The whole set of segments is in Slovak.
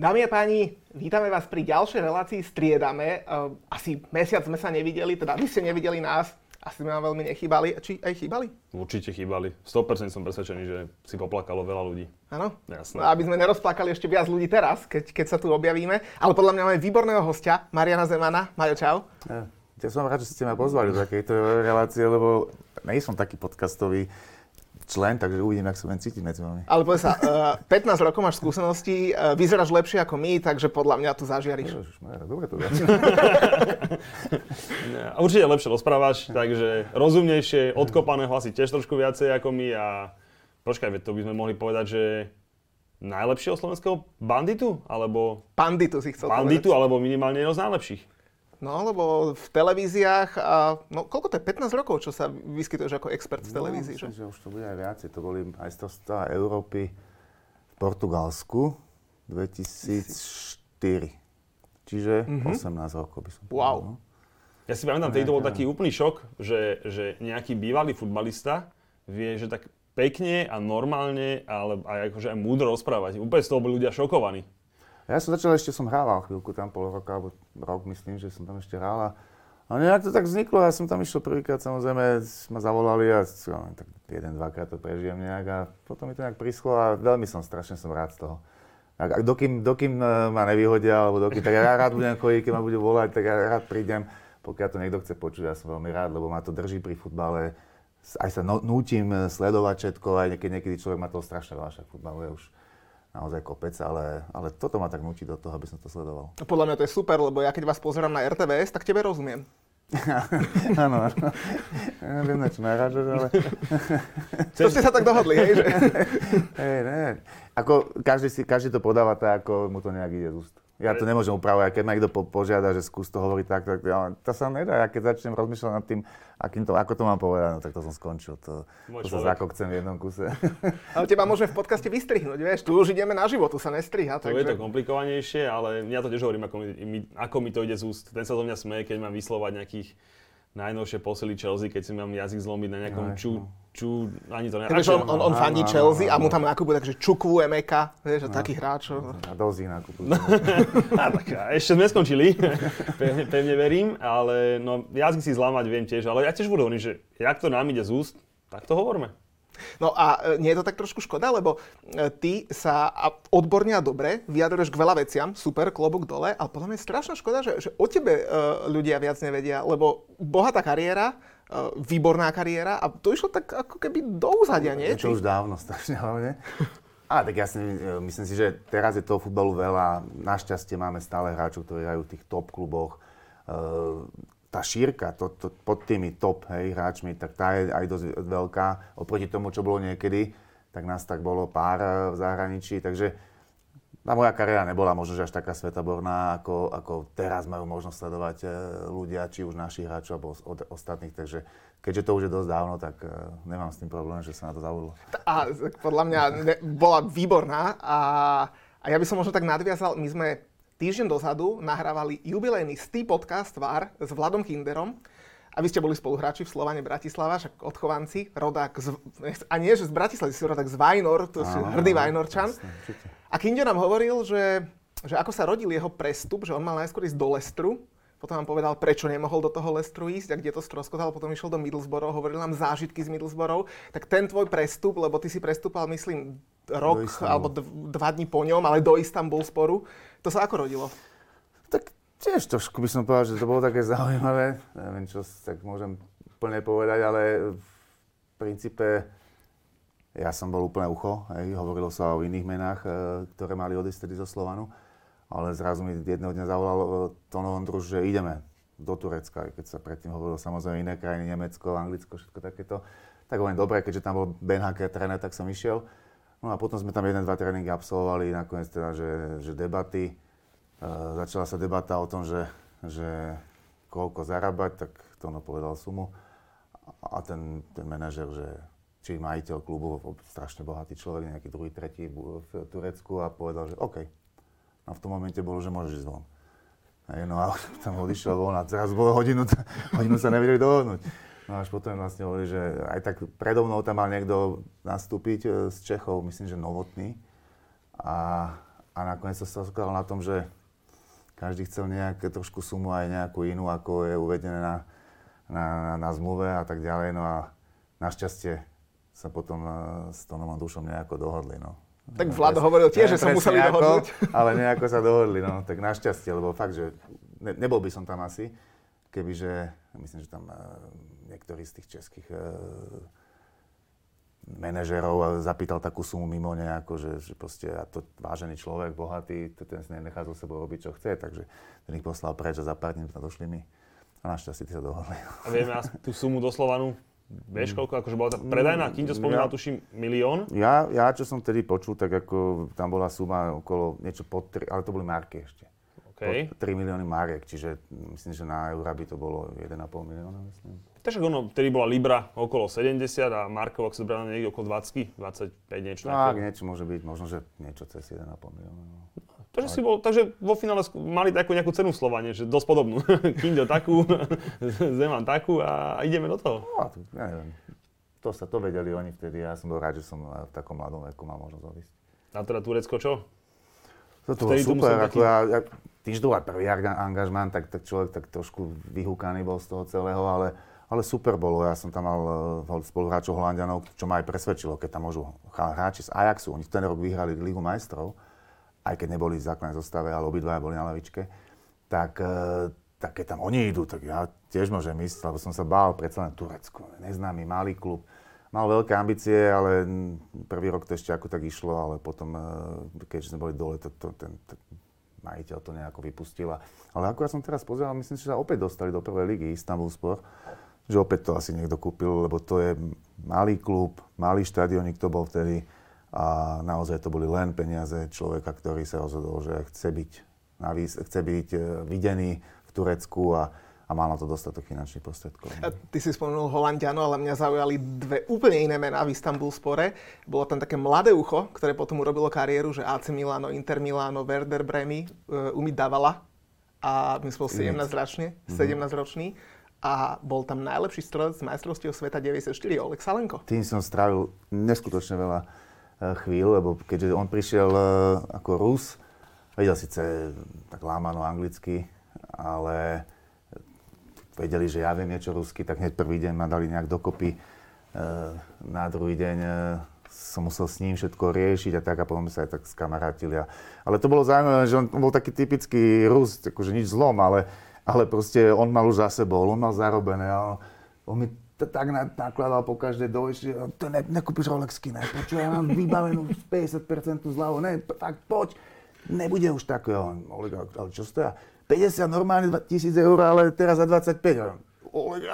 Dámy a páni, vítame vás pri ďalšej relácii Striedame. Asi mesiac sme sa nevideli, teda vy ste nevideli nás. Asi sme vám veľmi nechýbali. Či aj chýbali? Určite chýbali. 100% som presvedčený, že si poplakalo veľa ľudí. Áno? Jasné. No, aby sme nerozplakali ešte viac ľudí teraz, keď sa tu objavíme. Ale podľa mňa máme výborného hostia, Mariana Zemana. Majo, čau. Ja som rád, že ste ma pozvali do takejto relácie, lebo nie som taký podcastový člen, takže uvidím, jak sa budem cítiť medzi vami. Ale povedz sa, 15 rokov máš skúsenosti, vyzeráš lepšie ako my, takže podľa mňa tu zažiariš. Dobre to dá. Určite lepšie rozprávaš, takže rozumnejšie, odkopaného asi tiež trošku viacej ako my a počkaj, to by sme mohli povedať, že najlepšieho slovenského banditu, alebo... Banditu si chcel Banditu, povedať. alebo minimálne jedno z najlepších. No, lebo v televíziách, koľko to je, 15 rokov, čo sa vyskytuješ ako expert v televízii, že? že? Už to bude aj viacej. To boli majstrovstvá Európy v Portugalsku 2004. Čiže 18 rokov by som povedal. Wow. No. Ja si pamätám, to bol taký úplný šok, že nejaký bývalý futbalista vie, že tak pekne a normálne, ale aj akože aj múdro rozprávať. Úplne z toho boli ľudia šokovaní. Ja som začal, ešte som hrával chvíľku tam, pol roka, alebo rok myslím, že som tam ešte hral. A nejak to tak vzniklo, ja som tam išiel prvýkrát, samozrejme ma zavolali a tak dvakrát to prežijem nejak a potom mi to nejak prischlo a veľmi strašne som rád z toho. A dokým ma nevyhodia, alebo tak ja rád budem chodiť, keď ma budú volať, tak ja rád prídem, pokiaľ to niekto chce počuť, ja som veľmi rád, lebo ma to drží pri futbale. Aj sa nútim sledovať všetko, aj niekedy človek má toho strašne veľa, však futbal je už naozaj kopec, ale toto ma tak núti do toho, aby som to sledoval. Podľa mňa to je super, lebo ja keď vás pozerám na RTVS, tak tebe rozumiem. Áno. Neviem, na čo narážaš, ale... To ste sa tak dohodli, hej? Že... Hej, ne. Ako každý to podáva tak, ako mu to nejak ide z úst. Ja to nemôžem upravovať, keď ma niekto požiada, že skús to hovoriť tak, to sa nedá. Ja keď začnem rozmýšľať nad tým, ako to mám povedať, no tak to som skončil. To sa zakokcem v jednom kuse. Ale teba môžeme v podcaste vystrihnúť, vieš, tu už ideme na život, tu sa nestriha. To je to komplikovanejšie, ale ja to tiež hovorím, ako mi to ide z úst. Ten sa do mňa smeje, keď mám vyslovať nejakých najnovšie posily Chelsea, keď si mám jazyk zlomiť na nejakom ani to ne... On fandí Chelsea a mu tam nakupuje takže Čukwu, Emeka, vieš, takých hráčov. A Dozy nakupujú. Ešte sme skončili, pevne verím, ale no, jazyk si zlámať viem tiež, ale ja tiež hovorím, že jak to nám ide z úst, tak to hovorme. No a nie je to tak trošku škoda, lebo ty sa odborne a dobre vyjadruješ k veľa veciam, super, klobúk dole, ale podľa mňa je strašná škoda, že o tebe ľudia viac nevedia, lebo bohatá kariéra, výborná kariéra a to išlo tak ako keby do úzadia, nie? To už dávno, strašne hlavne. Tak ja myslím si, že teraz je toho futbalu veľa, našťastie máme stále hráčov, ktorí hrajú v tých top kluboch. Tá šírka pod tými top hráčmi, tak tá je aj dosť veľká. Oproti tomu, čo bolo niekedy, tak nás tak bolo pár v zahraničí. Takže tá moja kariéra nebola možno až taká svetoborná, ako teraz majú možnosť sledovať ľudia, či už našich hráčov, alebo ostatných. Takže keďže to už je dosť dávno, tak nemám s tým problém, že sa na to zavodlo. A podľa mňa bola výborná a ja by som možno tak nadviazal, my sme týždeň dozadu nahrávali jubilejný STI podcast VAR s Vladom Kinderom a vy ste boli spoluhráči v Slovane Bratislava, však odchovanci, rodák a nie, že z Bratislavy, si rodák z Vajnor, to si hrdý Vajnorčan. A Kinder nám hovoril, že ako sa rodil jeho prestup, že on mal najskôr ísť do Leicesteru, potom nám povedal, prečo nemohol do toho Leicesteru ísť a kde to stroskotal, potom išiel do Middlesbrough, hovoril nám zážitky z Middlesbrough. Tak ten tvoj prestup, lebo ty si prestúpal, myslím, rok alebo 2 dní po ňom, ale do Istanbulsporu. To sa ako rodilo? Tak tiež trošku by som povedal, že to bolo také zaujímavé. Neviem, čo tak môžem úplne povedať, ale v princípe ja som bol úplne ucho. Hovorilo sa o iných menách, ktoré mali odísť tedy zo Slovanu. Ale zrazu mi jedného dňa zavolal Tono Ondruš, že ideme do Turecka, aj keď sa predtým hovorilo samozrejme iné krajiny, Nemecko, Anglicko, všetko takéto. Tak hovorím, dobre, keďže tam bol Ben Hacker tréner, tak som išiel. No a potom sme tam 1-2 tréningy absolvovali, nakoniec teda, že debaty. Začala sa debata o tom, že koľko zarábať, tak Tono povedal sumu. A ten manažer, že či majiteľ klubu, strašne bohatý človek, nejaký druhý, tretí v Turecku a povedal, že OK. A v tom momente bolo, že môžeš ísť von. No a tam odišiel von a teraz bolo hodinu sa nevedeli dohodnúť. No až potom vlastne hovorili, že aj tak predo mnou tam mal niekto nastúpiť z Čechov, myslím, že Novotný. A nakoniec sa skladal na tom, že každý chcel nejakú trošku sumu aj nejakú inú, ako je uvedené na zmluve a tak ďalej. No a našťastie sa potom s Tonom Dušom nejako dohodli. No. Tak Vlado hovoril tiež, že sa museli dohodnúť. Ale nejako sa dohodli, no. Tak našťastie, lebo fakt, že nebol by som tam asi, kebyže, myslím, že tam niektorý z tých českých manažerov zapýtal takú sumu mimo nejako, že proste a to vážený človek, bohatý, ten si nechá so sebou robiť, čo chce, takže ten ich poslal preč a za pár dní došli mi. A našťastie tí sa dohodli. A vieme tú sumu doslovanú? Vieš koľko, akože bola tá predajná? Kým to spomínal, tuším, 1 000 000? Ja, čo som vtedy počul, tak ako tam bola suma okolo niečo pod 3, ale to boli marky ešte. Okay. 3 milióny marek, čiže myslím, že na eura by to bolo 1,5 milióna, myslím. Takže ono, vtedy bola Libra okolo 70 a markov, ak sa zbrala niekde okolo 20, 25, niečo také. Tak, niečo môže byť, možno, že niečo cez 1,5 milióna. No. Takže vo finále mali takú nejakú cenu v Slovane, že dosť podobnú. Kindo takú, Zeman takú a ideme do toho. No, ja neviem. To vedeli oni vtedy, ja som bol rád, že som v takom mladom veku mal možnosť odísť. A teda Turecko čo? To bolo super, ako ja tým, že to bol prvý angažmán, tak človek tak trošku vyhúkaný bol z toho celého, ale super bolo. Ja som tam mal spoluhráčov Holanďanov, čo ma aj presvedčilo, keď tam môžu hráči z Ajaxu. Oni ten rok vyhrali Ligu majstrov, aj keď neboli v základnej zostave, ale obidvaja boli na lavičke. Tak keď tam oni idú, tak ja tiež môžem ísť, lebo som sa bál predsa len Turecko. Neznámy, malý klub. Mal veľké ambície, ale prvý rok to ešte ako tak išlo, ale potom, keďže sme boli dole, ten majiteľ to nejako vypustil. Ale ako ja som teraz pozeral, myslím, že sa opäť dostali do prvej ligy Istanbulspor, že opäť to asi niekto kúpil, lebo to je malý klub, malý štadiónik to bol vtedy a naozaj to boli len peniaze človeka, ktorý sa rozhodol, že chce byť videný v Turecku a mal na to dostatok finančných prostriedkov. Ty si spomenul Holanďanov, ale mňa zaujali dve úplne iné mená v Istanbulspore. Bolo tam také mladé ucho, ktoré potom urobilo kariéru, že AC Milano, Inter Milano, Werder Bremy, Umit Davala a my sme bol 17-ročný. A bol tam najlepší strelec z majstrovstiev sveta 94, Oleg Salenko. Tým som strávil neskutočne veľa chvíľ, lebo keďže on prišiel ako Rus, vedel síce tak lámano anglicky, ale vedeli, že ja viem niečo rusky, tak hneď prvý deň ma dali nejak dokopy. Na druhý deň som musel s ním všetko riešiť a tak a potom sa aj tak skamarátili. Ale to bolo zaujímavé, že on bol taký typický Rus, akože nič zlom, ale proste on mal už za sebou, on mal zarobené a on mi tak nakladal po každej dojšie, to nekúpiš Rolexky, ne, počuj, ja mám vybavenú 50% zľavu, ne, fakt poď, nebude už také. Oleg, ale čo stoja? 50 normálne 1,000 eur, ale teraz za 25. Oleg,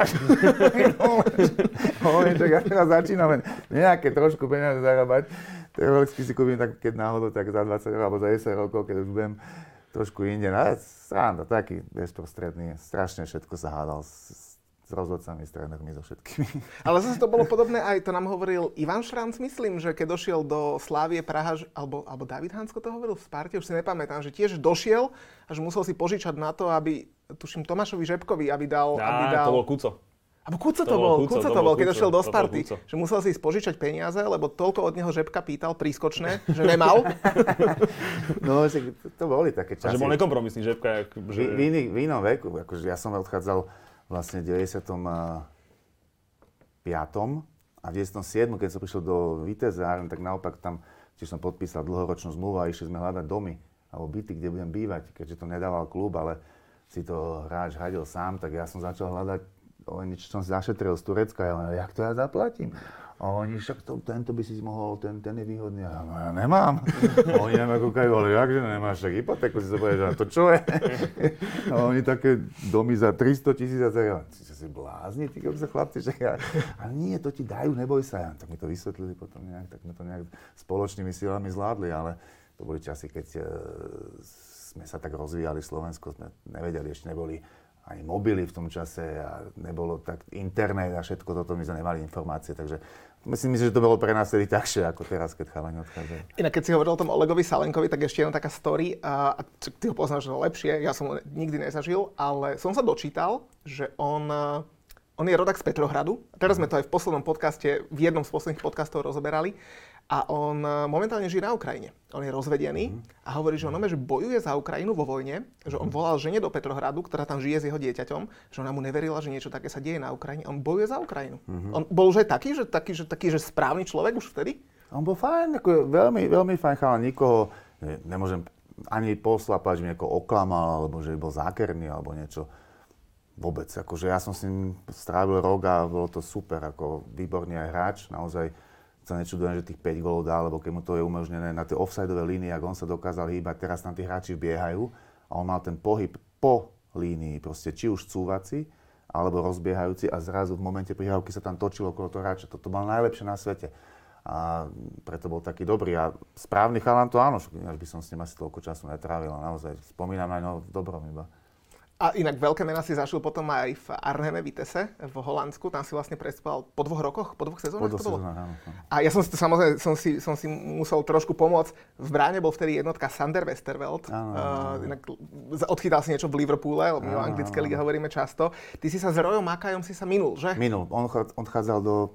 tak ja teraz začínam nejaké trošku peniaze zarábať. Tie Rolexky si kúpim tak, keď náhodou, tak za 20 eur alebo za 10 rokov, keď už budem trošku inde. No, sranda, taký bezprostredný, strašne všetko sa hádal s rozhodcami, s trénermi, so všetkými. Ale zase to bolo podobné, aj to nám hovoril Ivan Šranc, myslím, že keď došiel do Slavie Praha, alebo David Hansko to hovoril v Sparte, už si nepamätám, že tiež došiel a že musel si požičať na to, aby, tuším, Tomášovi Žebkovi, aby dal... To bol Kuco. Alebo Kuco to bol, keď došiel do Sparty. Že musel si požičať peniaze, lebo toľko od neho Žebka pýtal prískočné, že nemal. No, to boli také časy. A že bol nekompromisný Žebka. V inom veku, akože ja som odchádzal vlastne v 95. a v 97. keď som prišiel do Vitesse, tak naopak tam, čiže som podpísal dlhoročnú zmluvu a išli sme hľadať domy alebo byty, kde budem bývať, keďže to nedával klub, ale si to hráč hradil sám, tak ja som začal hľadať, niečo som si zašetril z Turecka, ja jak to ja zaplatím? A oni, však tento by si mohol, ten je výhodný. A ja nemám. A oni na mňa kúkajú, ale jakže nemáš, však hypotéku si zobereš, a to čo je? A oni také domy za 300 000 eur. Si blázni, ty sa chlapci, že ja... Ale nie, to ti dajú, neboj sa. Ja, tak mi to vysvetlili potom nejak, tak mi to nejak spoločnými silami zvládli, ale to boli časy, keď sme sa tak rozvíjali, Slovensko sme nevedeli, ešte neboli ani mobily v tom čase a nebolo tak internet a všetko toto, my sme nemali informácie, takže myslím si, že to bolo pre nás tedy ťažšie ako teraz, keď chalani odchádzajú. Inak keď si hovoril o tom Olegovi Salenkovi, tak ešte jedna taká story, a ty ho poznáš lepšie, ja som ho nikdy nezažil, ale som sa dočítal, že on je rodak z Petrohradu. Teraz sme to aj v poslednom podcaste, v jednom z posledných podcastov rozoberali. a on momentálne žije na Ukrajine. On je rozvedený a hovorí, že on že bojuje za Ukrajinu vo vojne, že on volal žene do Petrohradu, ktorá tam žije s jeho dieťaťom, že ona mu neverila, že niečo také sa deje na Ukrajine. On bojuje za Ukrajinu. On bol už aj taký, že správny človek už vtedy? On bol fajn, ako veľmi, veľmi fajn chalán, nikoho nemôžem ani poslapať, že mi nejako oklamal, alebo že bol zákerný, alebo niečo. Vôbec, akože ja som s ním strávil rok a bolo to super, ako výborný aj hráč, naozaj sa nečudujem, že tých 5 gólov dá, lebo keď mu to je umožnené na tie offsideové línie, ak on sa dokázal hýbať, teraz tam tí hráči biehajú a on mal ten pohyb po línii, proste či už cúvací, alebo rozbiehajúci a zrazu v momente prihrávky sa tam točilo okolo toho hráča. Toto mal najlepšie na svete. A preto bol taký dobrý a správny chalán to áno, až by som s ním asi toľko času netrávil, naozaj spomínam aj v dobrom iba. A inak veľké mená si zažil potom aj v Arnheme Vitesse v Holandsku. Tam si vlastne prestupoval po 2 rokoch, po 2 sezónach to bolo? Áno. A ja som si samozrejme som si musel trošku pomôcť. V bráne bol vtedy jednotka Sander Westerveld. Inak odchytal si niečo v Liverpoole, lebo my o anglické lige hovoríme často. Ty si sa s Royom Makajom minul, že? Minul. On odchádzal do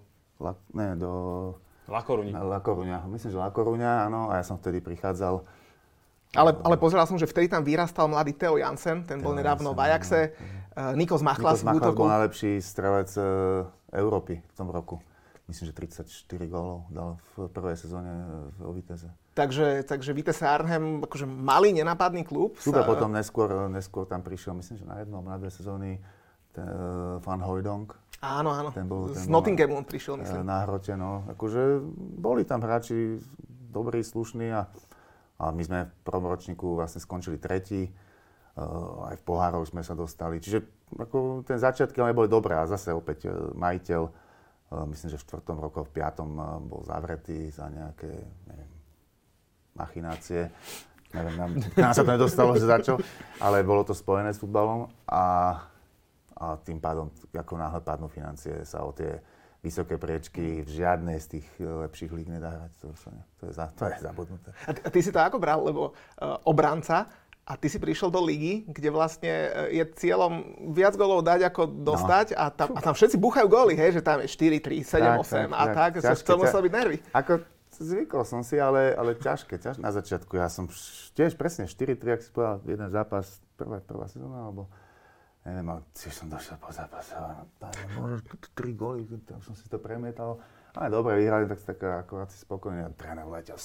La Coruña. Myslím, že La Coruña, áno. A ja som vtedy prichádzal. Ale pozeral som, že vtedy tam vyrastal mladý Theo Jansen, ten bol nedávno v Ajaxe. Nikos Machlas v útoku. Bol najlepší strelec Európy v tom roku. Myslím, že 34 gólov dal v prvej sezóne v Vitesse. Takže Vitesse Arnhem, akože malý, nenápadný klub. Super, potom neskôr tam prišiel, myslím, že na 1 alebo na 2 sezóny Van Hooijdonk. Áno. Z Nottinghamu on prišiel, myslím. Na hrote, no. Akože boli tam hráči dobrí, slušní a my sme v prvom ročníku vlastne skončili 3. Aj v pohároch sme sa dostali. Čiže ako ten začiatky boli dobré a zase opäť majiteľ, myslím, že v 4. roku, v 5. bol zavretý za nejaké, machinácie. Neviem, nám sa to nedostalo, že za čo, ale bolo to spojené s futbalom a tým pádom, ako náhle padnú financie, sa o tie vysoké priečky v žiadnej z tých lepších líg nedá hrať. To je zabudnuté. A ty si to ako bral? Lebo obranca a ty si prišiel do ligy, kde vlastne je cieľom viac gólov dať ako dostať a tam všetci búchajú góly, hej? Že tam je 4, 3, 7, 8 a tak. To muselo byť nervy. Ako zvykol som si, ale ťažké. Na začiatku ja som tiež presne 4-3, ak si povedal, jeden zápas, prvá sezóna, alebo neviem, ale tiež som došiel po zápase a možno 3 góly, tam som si to premietal. Ale dobre, vyhrali, tak akorát si spokojne. Tréner vletel,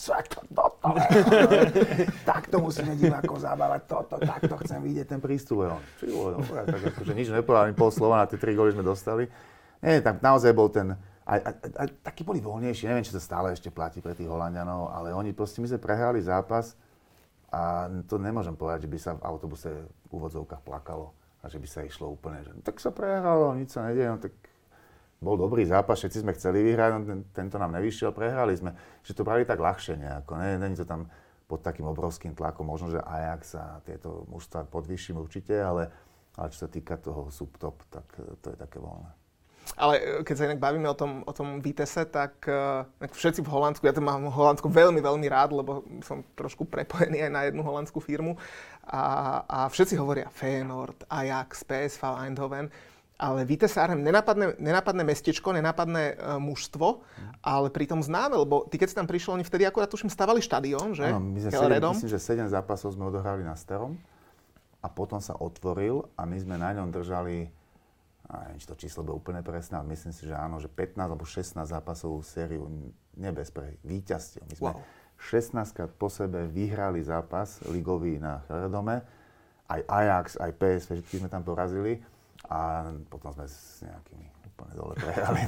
takto musíme divákov zabávať, takto chcem vidieť ten prístup. Dobre, tak akože nič nepovedal, ani pol slova, na tie 3 góly sme dostali. Nie, tam naozaj bol ten, aj takí boli voľnejší, neviem, či to stále ešte platí pre tých Holanďanov, ale oni proste, my sme prehrali zápas a to nemôžem povedať, že by sa v autobuse v úvodzovkách plakalo. A že by sa išlo úplne, že tak sa prehralo, nič sa nedieje, no tak bol dobrý zápas, všetci sme chceli vyhrať, no tento nám nevyšiel, prehrali sme, že to brali tak ľahšie nejako, není to tam pod takým obrovským tlakom, možno, že Ajax a tieto mužstvá podvyšším určite, ale čo sa týka toho subtop, tak to je také voľné. Ale keď sa inak bavíme o tom Vitesse, tak všetci v Holandsku, ja to mám Holandsko veľmi, veľmi rád, lebo som trošku prepojený aj na jednu holandskú firmu a všetci hovoria Feyenoord, Ajax, PSV Eindhoven, ale Vitesse Arnhem, nenápadné mestečko, nenápadné mužstvo, ale pritom známe, lebo ty keď si tam prišiel, oni vtedy akurát tuším stavali štadión, že? Áno, myslím, že 7 zápasov sme odohrali na starom a potom sa otvoril a my sme na ňom držali, neviem, či to číslo bolo úplne presné, ale myslím si, že áno, že 15 alebo 16 zápasovú sériu, nie bez víťazstiev. My sme 16 po sebe vyhrali zápas ligový na Hradome, aj Ajax, aj PSV, všetky sme tam porazili a potom sme s nejakými úplne dole prehrali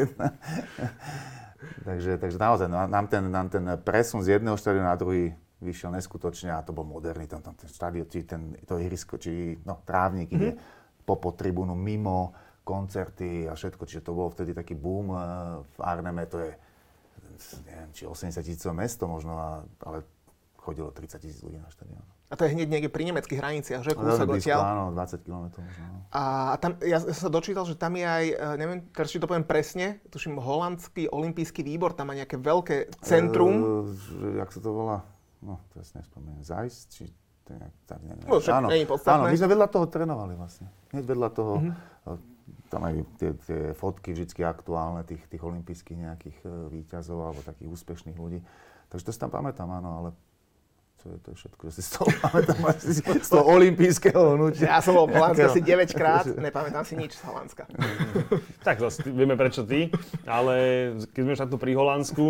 2-1. takže naozaj, nám ten presun z jedného štadiónu na druhý vyšiel neskutočne a to bol moderný, ten štadión, to ihrisko, trávnik ide po tribúnu, mimo koncerty a všetko, čiže to bol vtedy taký boom v Arnheme, to je, neviem, či 80 000 mesto možno, ale chodilo 30 000 ľudí na štadión. A to je hneď niekde pri nemeckých hraniciach, že? Kúsok odtiaľ. Áno, 20 km možno. A tam, ja som sa dočítal, že tam je aj, neviem, teraz či to poviem presne, tuším, holandský olympijský výbor, tam má nejaké veľké centrum. Jak sa to volá? No, to si nespomínam. Zajs, či... No, však nie je podstatné. Áno, my sme vedľa toho trénovali vlastne. Hneď vedľa toho tam aj tie fotky vždy aktuálne, tých olympijských nejakých víťazov alebo takých úspešných ľudí. Takže to si tam pamätám, áno, ale to je všetko, že si z toho pamätám asi z toho olympijského hnutia. Ja som bol v Holandsku asi 9 krát, nepamätám si nič z Holandska. Tak zase vieme prečo ty, ale keď sme už takto pri Holandsku...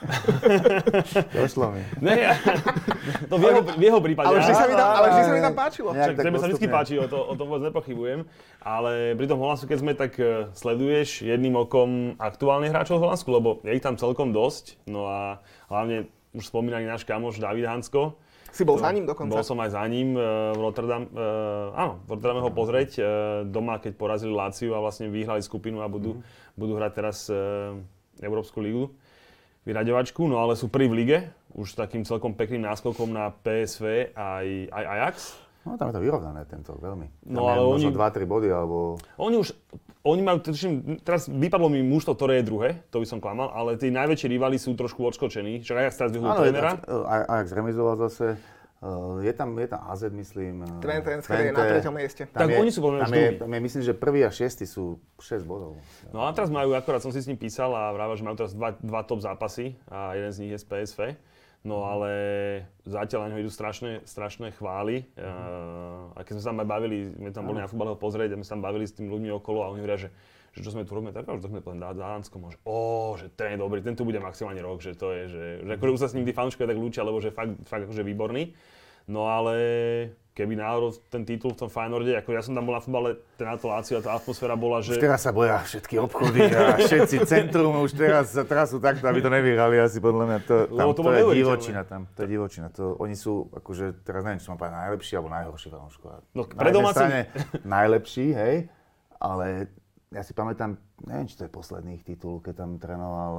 Došlo mi. Ne, to v jeho prípade. Ale vždy sa mi tam páčilo. Však tebe sa vždy páči, o tom vôbec nepochybujem. Ale pri tom Holandsku, keď sme tak sleduješ jedným okom aktuálnych hráčov v Holandsku, lebo je ich tam celkom dosť. No a hlavne už spomínaný náš kamoš David Hansko. Si bol za ním dokonca? Bol som aj za ním v Rotterdame. Áno, v Rotterdame ho pozrieť. Doma, keď porazili Láciu a vlastne vyhrali skupinu a budú hrať teraz Európsku ligu. Vyraďovačku, no ale sú prvý v lige. Už takým celkom pekným náskokom na PSV aj Ajax. No tam je to vyrovnané tento veľmi. No tam ale možno 2-3 body alebo... Oni majú, teraz vypadlo mi mužstvo, ktoré je druhé, to by som klamal, ale tí najväčší rivali sú trošku odskočení. Však Ajax teraz vyhľadil trénera. Ajax remizoval zase. Je tam AZ, myslím. Twente je na 3. mieste. Tak oni sú podľa mňa myslím, že 1. a 6. sú 6 bodov. No a teraz majú, akorát som si s ním písal a vravel, že majú teraz dva top zápasy a jeden z nich je z PSV. No ale zatiaľ na ňo idú strašné chvály. A keď sme sa tam bavili, sme tam boli na futbale ho pozrieť a sme sa tam bavili s tými ľuďmi okolo a oni hovoria, že čo sme tu robíme, tak už to sme povedali za Hanskom, že že ten je dobrý, ten tu bude maximálne rok, že to je, že akože už sa s ním tí fanúškovia tak ľúčia, lebo že fakt akože výborný. No ale keby náhodou ten titul v tom Feyenoorde, ako ja som tam bol na futbale, tá Láciu a tá atmosféra bola, že... Už teraz sa boja všetky obchody a všetci centrum, už teraz sa trasú takto, aby to nevyhrali asi podľa mňa. To je divočina tam, to je divočina. Oni sú, akože, teraz neviem, či mám povedať najlepší alebo najhorší fanúškovia. No, na jednej strane najlepší, hej, ale ja si pamätám, neviem, či to je posledný ich titul, keď tam trénoval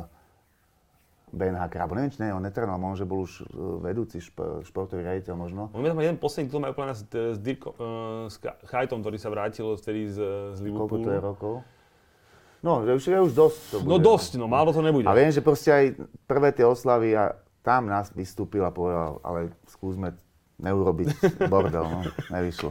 Ben Hacker, alebo neviem, či on netrénoval, možno, že bol už vedúci športový riaditeľ možno. Oni tam jeden posledný titul majú úplne s Chajtom, ktorý sa vrátil vtedy z Liverpoolu. Koľko to je rokov? No, že už dosť to bude. No dosť, no málo to nebude. A viem, že proste aj prvé tie oslavy a tam nás vystúpil a povedal, ale skúsme neurobiť bordel, no, nevyšlo.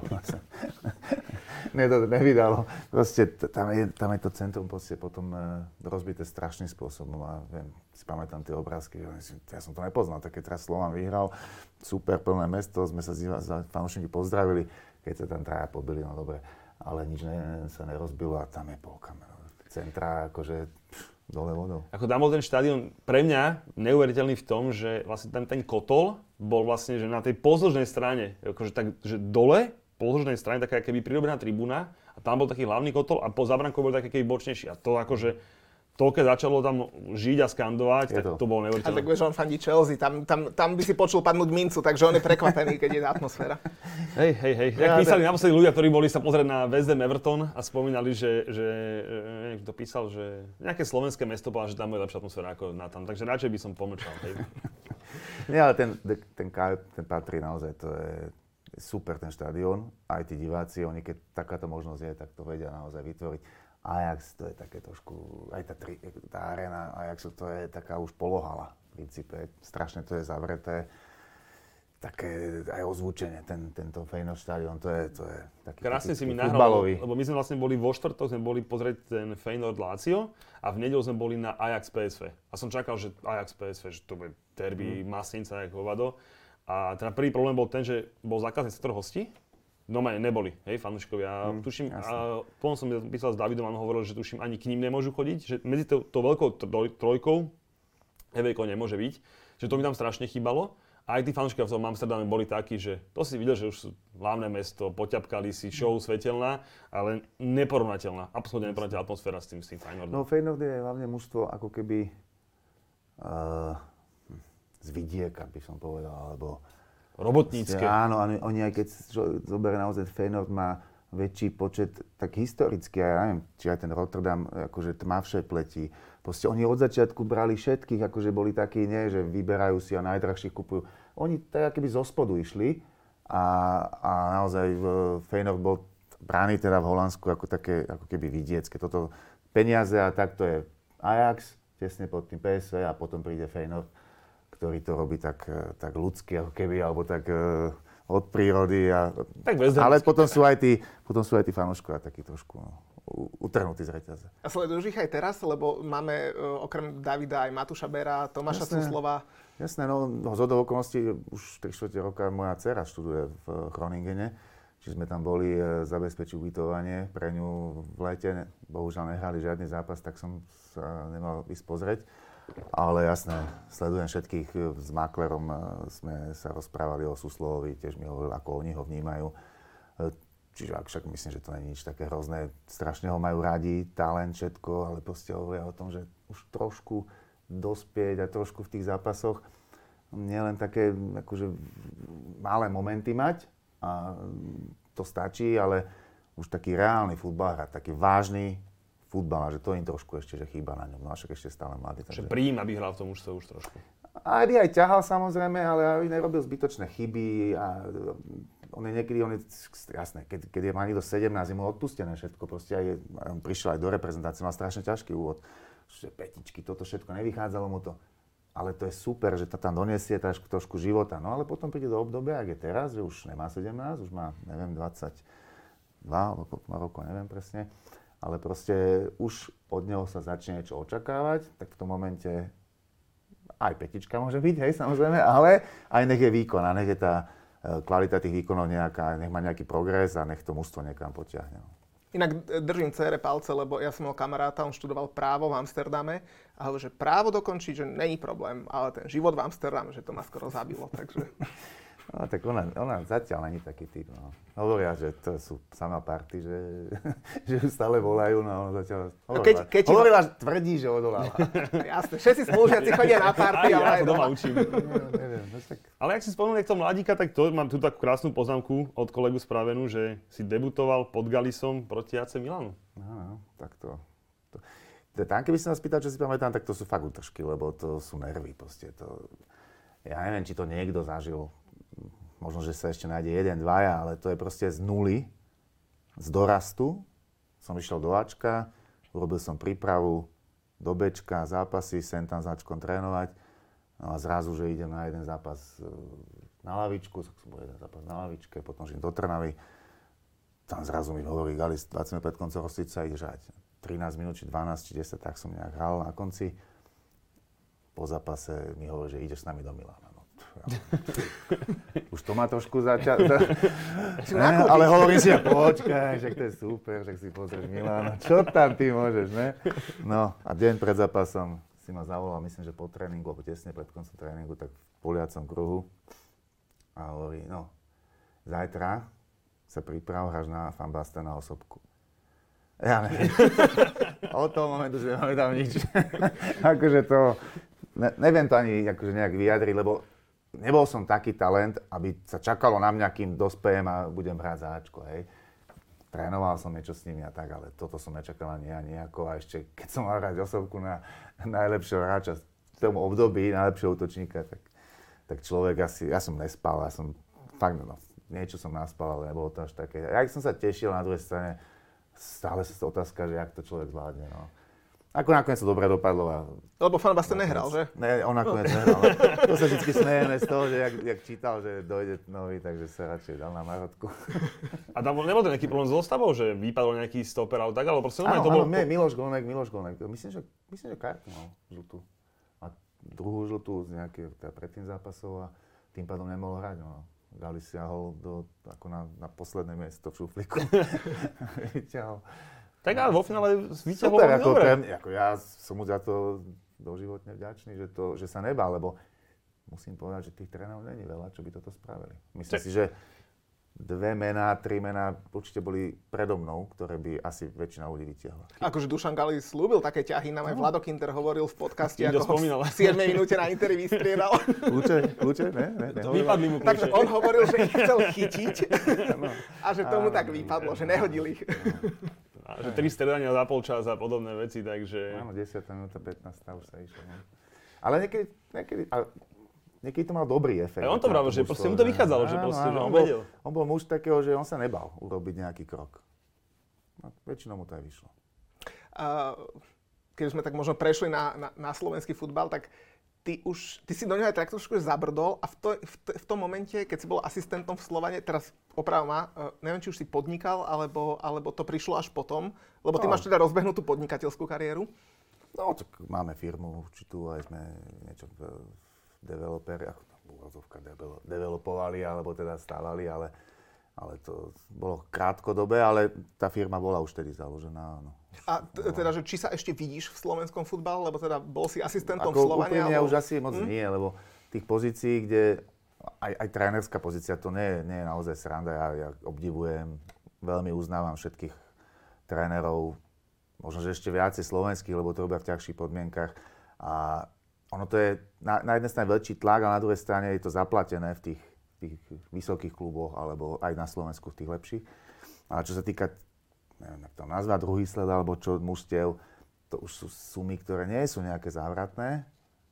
Nevydalo. Proste tam je to centrum proste potom rozbité strašným spôsobom a viem, si pamätám tie obrázky, ja som to nepoznal, tak keď teraz Slovan vyhral, super, plné mesto, sme sa za fanúšniky pozdravili, keď sa tam traja pobili, no dobre, ale nič sa nerozbilo a tam je polka centra, akože dole vodou. Ako tam bol ten štadión pre mňa neuveriteľný v tom, že vlastne ten kotol bol vlastne, že na tej pozdĺžnej strane, akože tak, že dole, pozdĺžnej strane, taká keby prirobená tribúna a tam bol taký hlavný kotol a po zábrankou bol taký keby bočnejší. A to akože, to keď začalo tam žiť a skandovať, tak to bolo neuveriteľné. A tak vieš, on fandí Chelsea, tam by si počul padnúť mincu, takže on je prekvapený, keď je tá atmosféra. Hej. Jak písali naposledy ľudia, ktorí boli sa pozrieť na West Ham Everton a spomínali, že neviem, kto písal, že nejaké slovenské mesto povedal, že tam je lepšia atmosféra ako na tam, takže radšej by som pomlčal. Nie, ale ten patrí naozaj, to je super ten štadión, aj tí diváci, oni keď takáto možnosť je, tak to vedia naozaj vytvoriť. Ajax, to je také trošku, aj tá arena Ajaxu, to je taká už polohala v princípe, strašne to je zavreté. Také aj ozvučenie, tento Feyenoord štadión, to je taký krásne si mi nahral, lebo my sme vlastne boli vo štvrtok, sme boli pozrieť ten Feyenoord Lazio a v nedeľu sme boli na Ajax PSV. A som čakal, že Ajax PSV, že to bude derby, masnica, jak hovado. A ten prvý problém bol ten, že bol zákazený sektor hostí. Doma neboli, hej, fanúšikovia. Tuším, a potom som písal s Davidom a on hovoril, že tuším, ani k ním nemôžu chodiť, že medzi tou veľkou trojkou Evejko nemôže byť, že to mi tam strašne chýbalo. A aj tí fanúšikovia v tom Amsterdame boli takí, že to si videl, že už sú hlavné mesto, poťapkali si, show svetelná, ale neporovnateľná, absolútne neporovnateľná atmosféra s tým Feyenoordom. No Feyenoord je hlavne mužstvo ako keby z vidieka, by som povedal, alebo robotnícke. Áno, oni aj keď zoberie naozaj Feyenoord má väčší počet, tak historicky, ja neviem, či aj ten Rotterdam, akože tmavšie pleti. Proste oni od začiatku brali všetkých, akože boli takí, nie, že vyberajú si a najdrahších kupujú. Oni tak akoby zo spodu išli a naozaj Feyenoord bol brány teda v Holandsku ako také, ako keby vidiecké. Toto peniaze a takto je Ajax, tesne pod tým PSV a potom príde Feyenoord, ktorý to robí tak ľudsky, ako keby, alebo tak od prírody. Ale potom sú aj tí fanúškovia takí trošku utrhnutý z reťaze. A sleduješ ich aj teraz, lebo máme okrem Davida aj Matúša Bera, Tomáša Suslova. Jasné, no zhodou okolností už 3/4 roka moja dcera študuje v Groningene, čiže sme tam boli zabezpečiť ubytovanie pre ňu v lete. Bohužiaľ nehrali žiadny zápas, tak som sa nemal ísť pozrieť. Ale jasné, sledujem všetkých, s maklerom sme sa rozprávali o Suslovovi, tiež mi hovorili, ako oni ho vnímajú. Čiže však myslím, že to nie je nič také hrozné. Strašne ho majú radi, talent, všetko, ale proste hovoria o tom, že už trošku dospieť a trošku v tých zápasoch nie len také akože malé momenty mať a to stačí, ale už taký reálny futbal hrať, taký vážny futbal, že to im trošku ešte že chýba na ňom. No a však ešte stále mladý. Že príjim, aby hral v tom už trošku. Aj ťahal samozrejme, ale aj nerobil zbytočné chyby a jasné, keď je má niekto 17, je mu odpustené všetko, proste aj on prišiel aj do reprezentácie, mal strašne ťažký úvod, že petičky, toto všetko, nevychádzalo mu to, ale to je super, že to tam doniesie trošku života, no ale potom príde do obdobia, ak je teraz, že už nemá 17, už má, neviem, 22, alebo rokov, neviem presne, ale proste už od neho sa začne niečo očakávať, tak v tom momente aj petička môže byť, hej, samozrejme, ale aj nech je výkon a nech je tá kvalita tých výkonov nejaká, nech má nejaký progres a nech to mužstvo niekam potiahne. Inak držím dcére palce, lebo ja som mal kamaráta, on študoval právo v Amsterdame a hovorí, že právo dokončiť, že není problém, ale ten život v Amsterdame, že to ma skoro zabilo, takže... No tak ona zatiaľ není taký typ, no. Hovoria, že to sú samá party, že ju stále volajú, no ona zatiaľ... Hovorila, tvrdí, že odoláva. Jasné, všetci spolužiaci chodia na party, ale aj doma učím. Neviem, tak... Ale ak si spomenuli k tomu mladíka, tak to mám tu takú krásnu poznámku od kolegu spravenú, že si debutoval pod Galisom proti AC Milanu. No, tak to... Tam, keby si nás pýtal, čo si pamätám, tak to sú fakt útržky, lebo to sú nervy, proste to... Ja neviem, či to niekto zažil. Možno, že sa ešte nájde jeden, dvaja, ale to je proste z nuly, z dorastu. Som išiel do Ačka, urobil som prípravu do Bčka, zápasy, sem tam s Ačkom trénovať. No a zrazu, že idem na jeden zápas na lavičku, tak som bol jeden zápas na lavičke, potom žím do Trnavy. Tam zrazu mi hovorí, Galis, 25 koncov Rostice, ideš hrať 13 minút, či 12, či 10, tak som nejak hral na konci. Po zápase mi hovorí, že ideš s nami do Milána. Už to má trošku ale hovorím si, počkaj, že to je super, že si pozrieš Milána, čo tam ty môžeš, ne? No a deň pred zápasom si ma zavolal, myslím, že po tréningu, alebo tesne pred koncom tréningu, tak v poliacom kruhu a hovorí, no, zajtra sa priprav, hráš na Fan Basten na osobku. Ja neviem. Od toho momentu si nepamätám nič. Akože to, neviem to ani akože nejak vyjadriť, lebo nebol som taký talent, aby sa čakalo na mňa, kým dospejem a budem hrať za Ačko, hej. Trénoval som niečo s nimi a tak, ale toto som nečakal ani ja nejako. A ešte, keď som mal hrať osobku na najlepšieho hráča v tom období, najlepšieho útočníka, tak človek asi, ja som nespal, ja som fakt, no, niečo som naspal, ale nebolo to až také. Ja som sa tešil, na druhej strane stále sa otázka, že jak to človek zvládne, no. Ako nakoniec to dobre dopadlo. Lebo Fan Basten nehral, že? Ne, on nakoniec nehral. To sa vždy smejeme z toho, že jak čítal, že dojde nový, takže sa radšej dal na marotku. A tam nebol to nejaký problém s zostavou, že vypadol nejaký stoper alebo tak, alebo proste to bolo... Miloš Golnek. Myslím, že kartu mal žltú. A druhú žltú z nejakého predtým zápasov a tým pádom nemohol hrať. No. Galis siahol ako na posledné miesto v šuflíku. Vyťahol. Tak ale vo finále vyťahol veľmi dobre. Ja som mu za to doživotne vďačný, že sa nebal, lebo musím povedať, že tých trénerov není veľa, čo by toto spravili. Myslím si, že 2 mená, 3 mená určite boli predo mnou, ktoré by asi väčšina ľudí vytiahla. Akože Dušan Galis slúbil také ťahy, nám aj Vlado Kinder hovoril v podcaste, ako spomínal. v 7 minúte na Interi vystriedal. Kľúče? Ne. Vypadli mu Takže kľúče. on hovoril, že ich chcel chytiť a že tomu tak vypadlo, že nehodil ich. A že 3 stredania za polčas a podobné veci, takže... Áno, 10 minúta, 15 už sa išlo. No. Ale niekedy to mal dobrý efekt. A on to vravil, že proste mu to vychádzalo, že proste, že on vedel. On bol muž takého, že on sa nebal urobiť nejaký krok. No, väčšinou mu to aj vyšlo. Keď sme tak možno prešli na slovenský futbal, tak ty si do neho aj tak trošku zabrdol a v tom momente, keď si bol asistentom v Slovane, teraz oprav ma, neviem, či už si podnikal, alebo to prišlo až potom, lebo ty máš teda rozbehnutú podnikateľskú kariéru. No, tak máme firmu určitú, aj sme niečo developeri, ako to úvodzovka developovali, alebo teda stávali, ale to bolo krátkodobé, ale tá firma bola už tedy založená. No. A teda, že či sa ešte vidíš v slovenskom futbale, lebo teda bol si asistentom ako v Slovane? Úplne už asi moc nie, lebo tých pozícií, kde aj trénerská pozícia, to nie je naozaj sranda. Ja obdivujem, veľmi uznávam všetkých trénerov, možno, že ešte viacej slovenských, lebo to robia v ťažších podmienkach. A ono to je na jednej strane veľký tlak, a na druhej strane je to zaplatené v tých vysokých kluboch, alebo aj na Slovensku v tých lepších. Ale čo sa týka, neviem, jak to nazvať, druhý sled, alebo čo, mužstiev, to už sú sumy, ktoré nie sú nejaké závratné.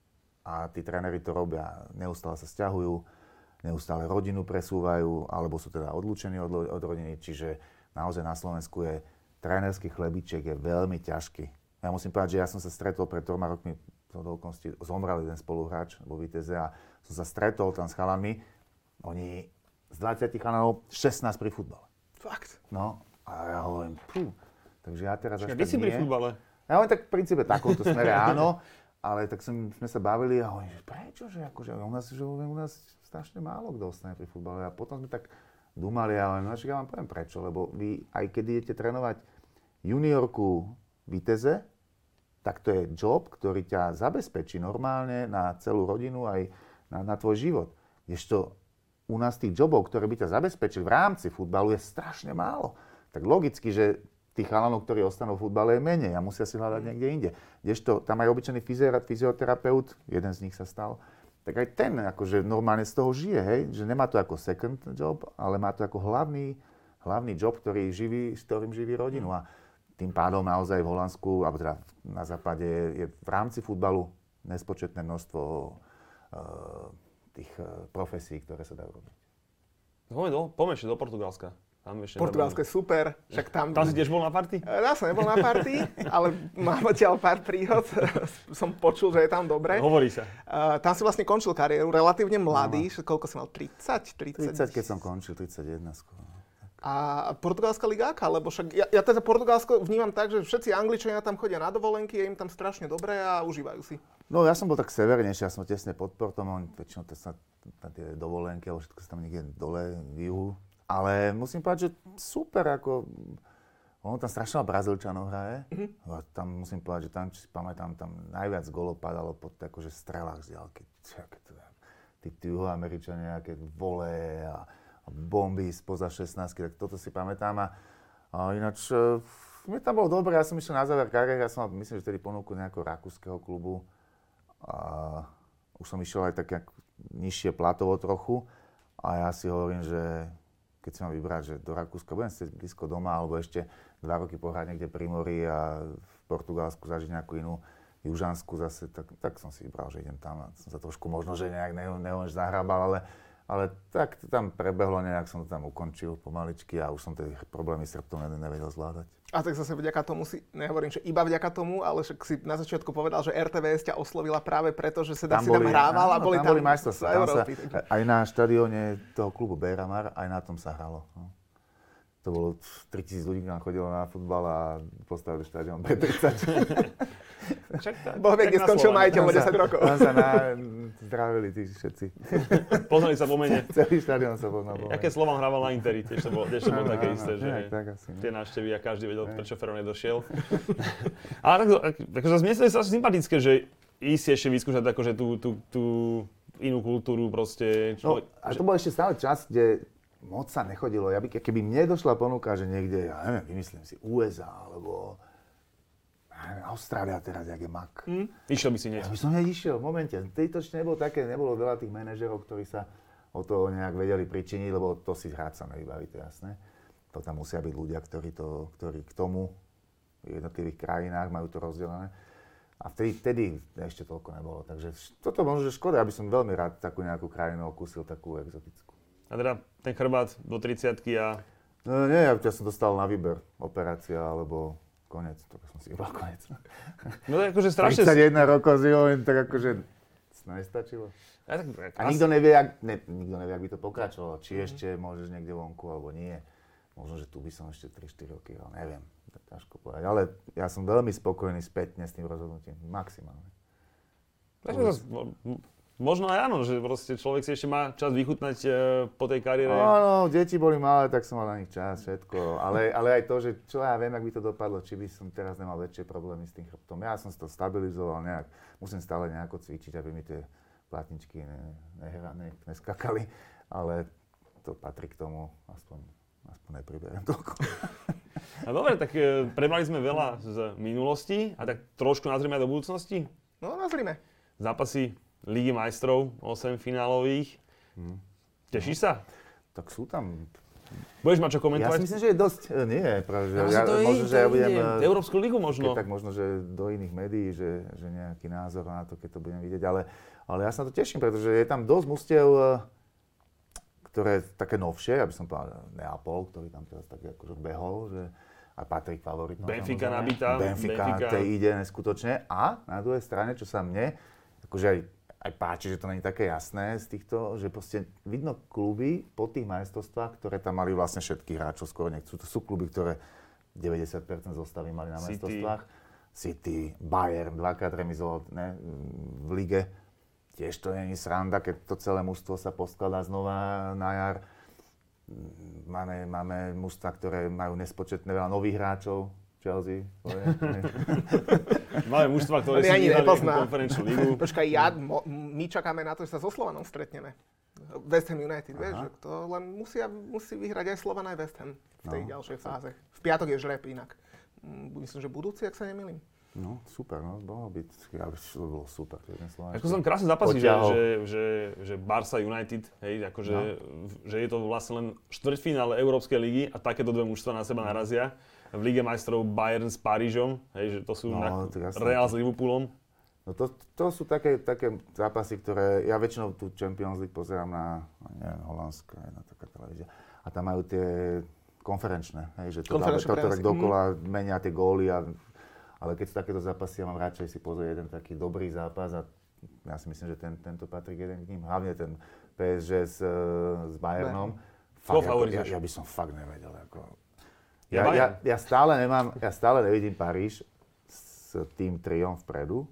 A tí tréneri to robia, neustále sa sťahujú, neustále rodinu presúvajú, alebo sú teda odlúčení od rodiny. Čiže naozaj na Slovensku je trénerský chlebiček je veľmi ťažký. Ja musím povedať, že ja som sa stretol pred 3 rokmi, zomrel jeden spoluhráč vo Viteze a som sa stretol tam s chalanmi. Oni z 20 chalanov 16 pri futbale. Fakt? No a ja hovorím, takže ja teraz až tak si nie. pri futbale? Ja hovorím, tak v princípe takomto smere áno, ale tak sme sa bavili a hovorím, že prečo, že akože u nás strašne málo kto ostane pri futbale. A potom sme tak dumali a hovorím, ja vám poviem prečo, lebo vy aj keď idete trénovať juniorku Viteze, tak to je job, ktorý ťa zabezpečí normálne na celú rodinu aj na tvoj život. Kdežto u nás tých jobov, ktoré by ťa zabezpečili v rámci futbalu, je strašne málo. Tak logicky, že tých chalanov, ktorí ostanú v futbale, je menej a musia si hľadať niekde inde. Kdežto tam aj obyčajný fyzioterapeut, jeden z nich sa stal, tak aj ten akože normálne z toho žije, hej? Že nemá to ako second job, ale má to ako hlavný job, s ktorým živí rodinu. A tým pádom naozaj v Holandsku, alebo teda na západe je v rámci futbalu nespočetné množstvo tých profesí, ktoré sa dajú robiť. Poďme ešte do Portugalska. Portugalsko je super. Však tam si tiež bol na party? Ja som nebol na party, ale mám odtiaľ pár príhod. Som počul, že je tam dobre. Hovorí sa. Tam si vlastne končil kariéru, relatívne mladý. Koľko si mal? 30? 30, keď som končil, 31 skoro. A portugalská liga aká? Lebo však ja teda Portugalsko vnímam tak, že všetci Angličania tam chodia na dovolenky, je im tam strašne dobre a užívajú si. No ja som bol tak severnejší, ja som tesne pod Portom, väčšinou tie dovolenky, alebo všetko sa tam niekde dole v juhu. Ale musím povedať, že super, ako ono tam strašne Brazílčanov hraje. A tam musím povedať, že tam, či si pamätám, tam najviac golov padalo pod akože strelách z diaľky. Tí juhoameričania, nejaké vole a bomby spoza 16, tak toto si pamätám. A ináč, mne tam bolo dobre, ja som išiel na záver kariéry, ja som mal, myslím, že tedy ponuku nejakého rakúskeho klubu. A už som išiel aj tak nižšie platovo trochu. A ja si hovorím, že keď si mám vybrať, že do Rakúska budem si blízko doma, alebo ešte 2 roky pohrať niekde pri mori a v Portugalsku zažiť nejakú inú južanskú zase, tak som si vybral, že idem tam. A som sa trošku možno, že nejak zahrabal, ale tak to tam prebehlo, nejak som to tam ukončil pomaličky a už som tie problémy s chrbtom nevedel zvládať. A tak zase vďaka tomu nehovorím, že iba vďaka tomu, ale však si na začiatku povedal, že RTVS ťa oslovila práve preto, že si tam hrával a boli tam majstrovstvá. Aj na štadióne toho klubu Beira-Mar, aj na tom sa hralo. No. To bolo 3000 ľudí, tam chodilo na futbal a postavili štadión pre 30. Boh vie, kde skončil majiteľ o 10 rokov. Tam sa zdravili tí všetci. Poznali sa po mene. Celý štadión sa poznal po mene. Aké Slovan hrával na Interi, tiež to bolo také isté, že tie návštevy a každý vedel, prečo Ferro nedošiel. Ale akože mne sa sympatické, že ísť ešte vyskúšať akože tú inú kultúru proste. No, a to bol ešte stále čas, kde moc sa nechodilo. Keby mne došla ponuka, že niekde, ja neviem, vymyslím si, USA, alebo Austrália teraz, jak je mak. Išiel by si hneď? Ja by som hneď išiel, v momente. Nebolo veľa tých manažerov, ktorí sa o to nejak vedeli pričiniť, lebo to si hrať sa nevybaví, to jasné. To tam musia byť ľudia, ktorí k tomu v jednotlivých krajinách majú to rozdelené. A vtedy ešte toľko nebolo. Takže toto možno, že škoda, aby som veľmi rád takú nejakú krajinu okúsil, takú exotickú. A teda ten chrbát do 30-ky a... No nie, ja som dostal na výber operácia, alebo koniec, to som si vybral koniec. No to je akože strašne... 31 rokov si hovorím, tak akože nestačilo? A Nikto nevie, jak by to pokračovalo. Či ešte môžeš niekde vonku, alebo nie. Možno, že tu by som ešte 3-4 roky, ale neviem. To je ťažko povedať. Ale ja som veľmi spokojný spätne s tým rozhodnutím. Maximálne. Možno aj áno, že proste človek si ešte má čas vychutnať po tej kariére. Áno, deti boli malé, tak som mal na nich čas, všetko. Ale aj to, že čo ja viem, ak by to dopadlo, či by som teraz nemal väčšie problémy s tým chrbtom. Ja som si to stabilizoval nejak. Musím stále nejako cvičiť, aby mi tie platničky neskakali. Ale to patrí k tomu, aspoň nepriberiem toľko. No dobre, tak prebrali sme veľa z minulosti a tak trošku nazrieme aj do budúcnosti. No, nazrime. Zápasy Ligy majstrov, 8 finálových. Tešíš sa? Tak sú tam. Budeš mať čo Ja komentovať? si myslím, že je dosť. Nie, práve, že Možno, že ja budem... Európsku ligu možno. Tak možno, že do iných médií, že nejaký názor na to, keď to budem vidieť. Ale ja sa na to teším, pretože je tam dosť mustiev, ktoré také novšie, aby som povedal Neapol, ktorý tam teraz tak akože behol, že a patrí k favoritom. Benfica nabitá. Benfica. Tej ide neskutočne. A na druhej strane, čo sa mne akože aj páči, že to nie je také jasné z týchto, že proste vidno kluby po tých majstrovstvách, ktoré tam mali vlastne všetkých hráčov, skoro nechcú. To sú kluby, ktoré 90% zostavy mali na majstrovstvách. City, Bayern, dvakrát remizoval v lige. Tiež to nie je sranda, keď to celé mužstvo sa poskladá znova na jar. Máme mužstva, ktoré majú nespočetné veľa nových hráčov. Chelsea. Máme mužstva, ktoré si vyhrali konferenčnú ligu. Počkaj, my čakáme na to, že sa so Slovanom stretneme. West Ham United, vieš, že to len musí vyhrať aj Slovan aj West Ham v tej ďalšej fáze. V piatok je žreb inak. Myslím, že budúci, ak sa nemýlim. No, super, bolo byť, to bolo super. Ako som krásne zápasí, že Barca United, hej, akože, že je to vlastne len štvrťfinále Európskej ligy a takéto dve mužstva na seba narazia. V Lige majstrov Bayern s Parížom, hej, že to sú Real s Liverpoolom. No to sú také zápasy, ktoré, ja väčšinou tú Champions League pozerám na, neviem, Holandská, jedna taká televízia. A tam majú tie konferenčné, hej, že to tak dokola menia tie góly. Ale keď sú takéto zápasy, ja mám radšej si pozrieť jeden taký dobrý zápas a ja si myslím, že tento patrí jeden k ním. Hlavne ten PSG s Bayernom. Ja by som fakt nevedel. Ja stále nevidím Paríž s tým triom vpredu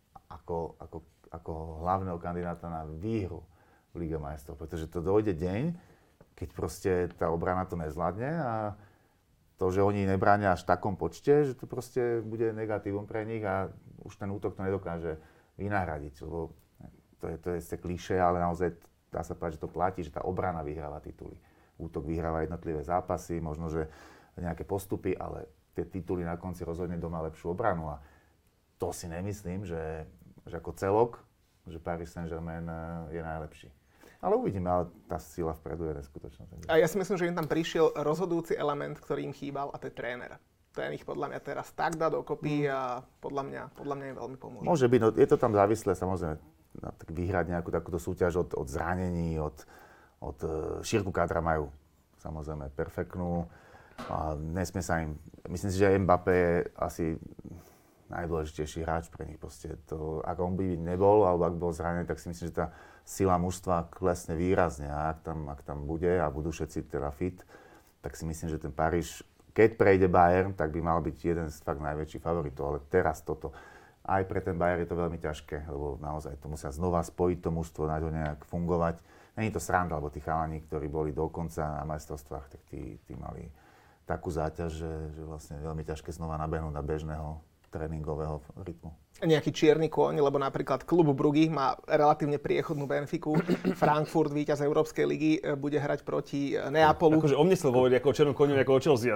ako hlavného kandidáta na výhru v Lige majstrov. Pretože to dojde deň, keď proste tá obrana to nezvládne a to, že oni nebránia až v takom počte, že to proste bude negatívum pre nich a už ten útok to nedokáže vynahradiť. Lebo to je klišé, ale naozaj dá sa povedať, že to platí, že tá obrana vyhráva tituly. Útok vyhráva jednotlivé zápasy, možno, že nejaké postupy, ale tie tituly na konci rozhodne doma lepšiu obranu. A to si nemyslím, že ako celok, že Paris Saint-Germain je najlepší. Ale uvidíme, ale tá sila vpredu je neskutočná. A ja si myslím, že im tam prišiel rozhodujúci element, ktorý im chýbal, a to je tréner. Ten ich podľa mňa teraz tak dá dokopy a podľa mňa im veľmi pomôže. Môže byť, no je to tam závislé, samozrejme, vyhrať nejakú takúto súťaž od zranení, od šírku kádra majú samozrejme perfektnú. A nesmie sa im, myslím si, že Mbappé je asi najdôležitejší hráč pre nich. Proste to, ak on by nebol, alebo ak bol zranený, tak si myslím, že tá sila mužstva klesne výrazne. A ak tam bude a budú všetci teda fit, tak si myslím, že ten Paríž, keď prejde Bayern, tak by mal byť jeden z fakt najväčších favoritov. Ale teraz toto, aj pre ten Bayern je to veľmi ťažké, lebo naozaj to musia znova spojiť to mužstvo, na to nejak fungovať. Není to sranda, lebo tí chalani, ktorí boli dokonca na majstrovstvách, tak tí mali takú záťaž, že vlastne veľmi ťažké znova nabehnúť na bežného tréningového rytmu. Nejaký čierny kôň, lebo napríklad klub Brugge má relatívne priechodnú Benfiku. Frankfurt, víťaz Európskej ligy, bude hrať proti Neapolu. Akože o mne chcel hovoriť ako o černom koniu, ako o Chelsea.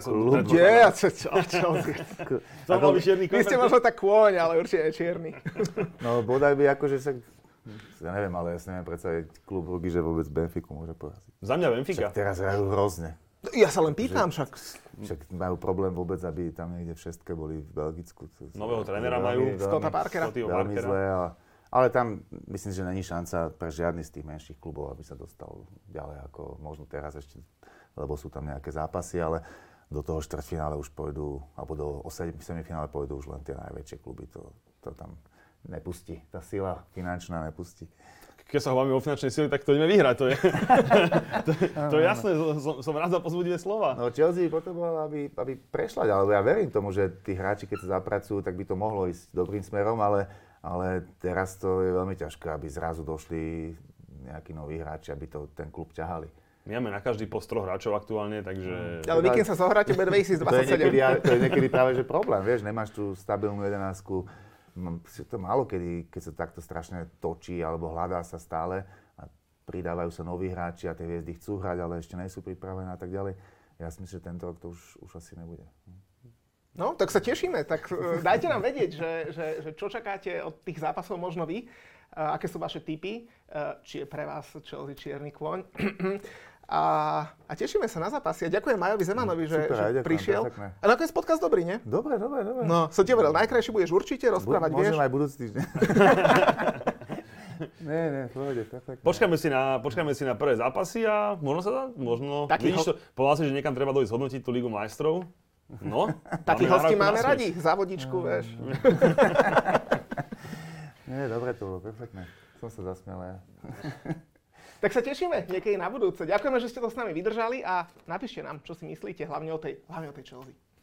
Chelsea. To bol by čierny kôň. Vy ste možno tak kôň, ale určite je čierny. No bodaj by akože sa... Ja neviem, ale ja si neviem predstaviť klub Brugge, že vôbec Benfiku môže poraziť. Za mňa Benfica. Však teraz hrajú hrozne. Ja sa len pýtam však. Však majú problém vôbec, aby tam niekde v šestke boli v Belgicku. Nového trénera majú. Scotta Parkera. Veľmi zlé, ale tam myslím, že není šanca pre žiadny z tých menších klubov, aby sa dostal ďalej ako možno teraz ešte, lebo sú tam nejaké zápasy, ale do toho štvrťfinále už pôjdu, alebo do semifinále pôjdu už len tie najväčšie kluby. To tam nepustí. Tá sila finančná nepustí. Keď sa hovoríme o finančnej sile, tak to ideme vyhrať. To je, to je jasné, som rád za pozbudivé slova. No Chelsea potrebovala, aby prešla, ale ja verím tomu, že tí hráči, keď sa zapracujú, tak by to mohlo ísť dobrým smerom, ale teraz to je veľmi ťažké, aby zrazu došli nejakí noví hráči, aby to ten klub ťahali. My máme na každý post 3 hráčov aktuálne, takže... Ale vy, keď sa zohráte, bude 2027. To je niekedy práve že problém, vieš, nemáš tú stabilnú jedenásku. To málo kedy, keď sa takto strašne točí alebo hľadá sa stále a pridávajú sa noví hráči a tie hviezdy chcú hrať, ale ešte nie sú pripravené a tak ďalej. Ja si myslím, že tento rok to už asi nebude. No, tak sa tešíme. Tak dajte nám vedieť, že čo čakáte od tých zápasov možno vy. Aké sú vaše tipy, či je pre vás Chelsea čierny kôň. A tešíme sa na zápasy. A ďakujem Majovi Zemanovi, že prišiel. Perfektne. A nakoniec podcast dobrý, nie? Dobre. No, som ti hovoril, najkrajšie budeš určite rozprávať, vieš. Môžem aj budúci týždeň. Nie, pohode, perfektne. Počkáme si na prvé zápasy a možno vidíš to, povedal si, že niekam treba dojsť zhodnotiť tú Ligu majstrov. No, takých hostí máme radi, za vodičku, vieš. Nie, dobre to bolo, perfektné. Som sa zasmial ja. Tak sa tešíme niekedy na budúce. Ďakujeme, že ste to s nami vydržali a napíšte nám, čo si myslíte, hlavne o tej Chelsea.